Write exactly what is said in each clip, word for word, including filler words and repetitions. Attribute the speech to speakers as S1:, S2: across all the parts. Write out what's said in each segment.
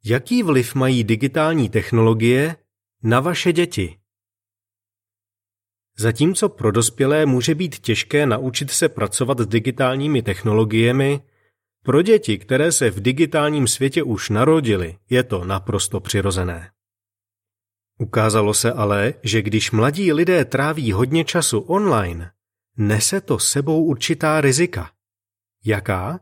S1: Jaký vliv mají digitální technologie na vaše děti? Zatímco pro dospělé může být těžké naučit se pracovat s digitálními technologiemi, pro děti, které se v digitálním světě už narodily, je to naprosto přirozené. Ukázalo se ale, že když mladí lidé tráví hodně času online, nese to sebou určitá rizika. Jaká?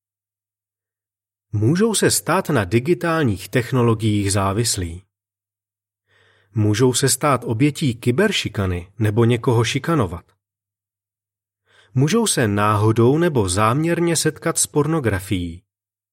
S1: Můžou se stát na digitálních technologiích závislí. Můžou se stát obětí kyberšikany nebo někoho šikanovat. Můžou se náhodou nebo záměrně setkat s pornografií.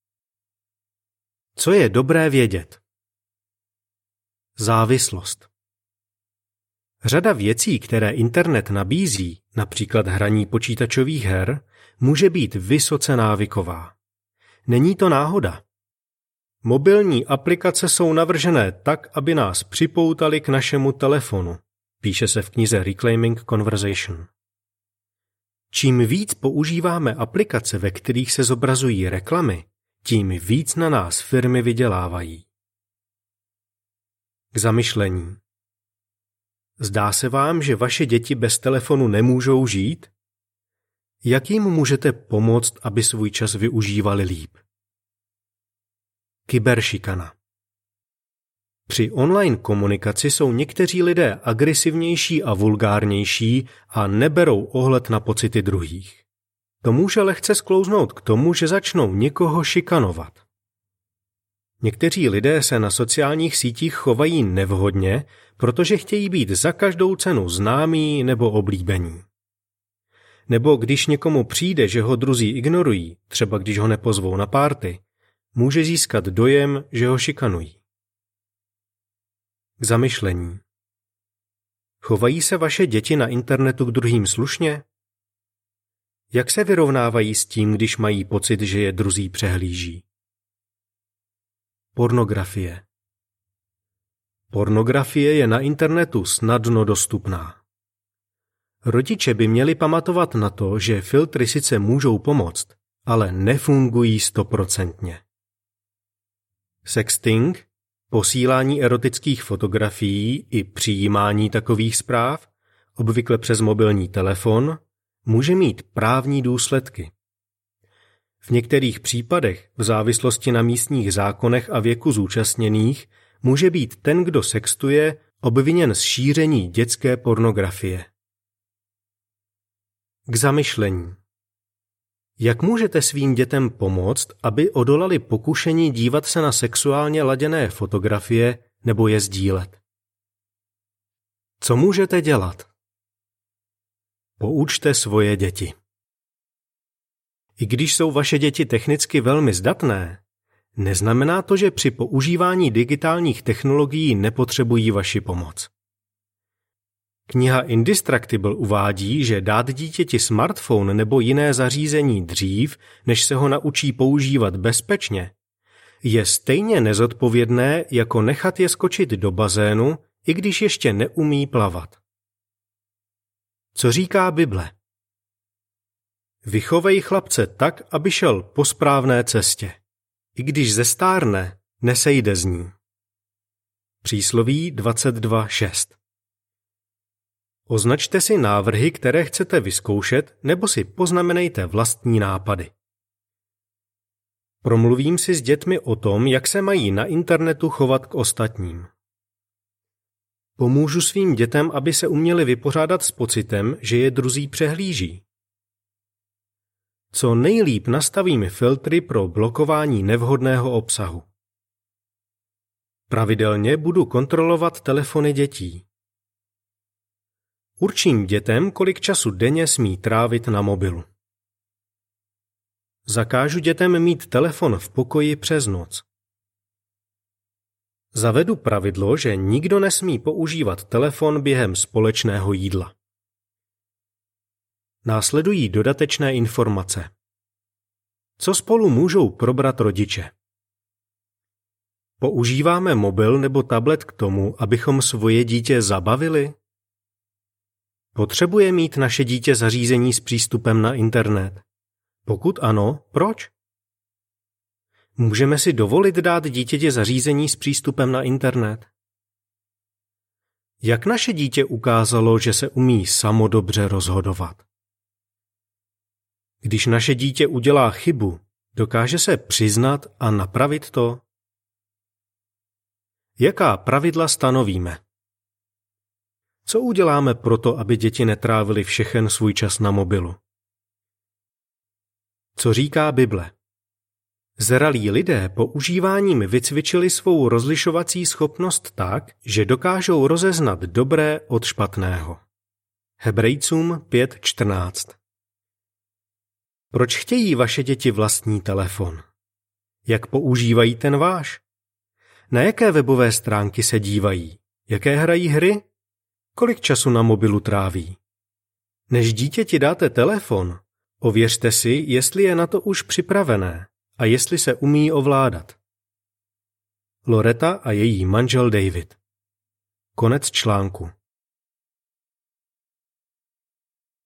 S1: Co je dobré vědět? Závislost. Řada věcí, které internet nabízí, například hraní počítačových her, může být vysoce návyková. Není to náhoda. Mobilní aplikace jsou navržené tak, aby nás připoutaly k našemu telefonu, píše se v knize Reclaiming Conversation. Čím víc používáme aplikace, ve kterých se zobrazují reklamy, tím víc na nás firmy vydělávají. K zamyšlení. Zdá se vám, že vaše děti bez telefonu nemůžou žít? Jak jim můžete pomoct, aby svůj čas využívali líp? Kyberšikana. Při online komunikaci jsou někteří lidé agresivnější a vulgárnější a neberou ohled na pocity druhých. To může lehce sklouznout k tomu, že začnou někoho šikanovat. Někteří lidé se na sociálních sítích chovají nevhodně, protože chtějí být za každou cenu známí nebo oblíbení. Nebo když někomu přijde, že ho druzí ignorují, třeba když ho nepozvou na párty, může získat dojem, že ho šikanují. K zamyšlení. Chovají se vaše děti na internetu k druhým slušně? Jak se vyrovnávají s tím, když mají pocit, že je druzí přehlíží? Pornografie. Pornografie je na internetu snadno dostupná. Rodiče by měli pamatovat na to, že filtry sice můžou pomoct, ale nefungují stoprocentně. Sexting, posílání erotických fotografií i přijímání takových zpráv, obvykle přes mobilní telefon, může mít právní důsledky. V některých případech, v závislosti na místních zákonech a věku zúčastněných, může být ten, kdo sextuje, obviněn z šíření dětské pornografie. K zamyšlení. Jak můžete svým dětem pomoct, aby odolali pokušení dívat se na sexuálně laděné fotografie nebo je sdílet? Co můžete dělat? Poučte svoje děti. I když jsou vaše děti technicky velmi zdatné, neznamená to, že při používání digitálních technologií nepotřebují vaši pomoc. Kniha Indistractable uvádí, že dát dítěti smartphone nebo jiné zařízení dřív, než se ho naučí používat bezpečně, je stejně nezodpovědné, jako nechat je skočit do bazénu, i když ještě neumí plavat. Co říká Bible? Vychovej chlapce tak, aby šel po správné cestě. I když zestárne, nesejde z ní. Přísloví dvacet dva šest. Označte si návrhy, které chcete vyzkoušet, nebo si poznamenejte vlastní nápady. Promluvím si s dětmi o tom, jak se mají na internetu chovat k ostatním. Pomůžu svým dětem, aby se uměli vypořádat s pocitem, že je druzí přehlíží. Co nejlíp nastavím filtry pro blokování nevhodného obsahu. Pravidelně budu kontrolovat telefony dětí. Určím dětem, kolik času denně smí trávit na mobilu. Zakážu dětem mít telefon v pokoji přes noc. Zavedu pravidlo, že nikdo nesmí používat telefon během společného jídla. Následují dodatečné informace. Co spolu můžou probrat rodiče? Používáme mobil nebo tablet k tomu, abychom svoje dítě zabavili? Potřebuje mít naše dítě zařízení s přístupem na internet? Pokud ano, proč? Můžeme si dovolit dát dítěti zařízení s přístupem na internet? Jak naše dítě ukázalo, že se umí samo dobře rozhodovat? Když naše dítě udělá chybu, dokáže se přiznat a napravit to? Jaká pravidla stanovíme? Co uděláme proto, aby děti netrávily všechen svůj čas na mobilu? Co říká Bible? Zralí lidé používáním vycvičili svou rozlišovací schopnost tak, že dokážou rozeznat dobré od špatného. Hebrejcům pět čtrnáct. Proč chtějí vaše děti vlastní telefon? Jak používají ten váš? Na jaké webové stránky se dívají? Jaké hrají hry? Kolik času na mobilu tráví? Než dítěti dáte telefon, ověřte si, jestli je na to už připravené a jestli se umí ovládat. Loreta a její manžel David. Konec článku.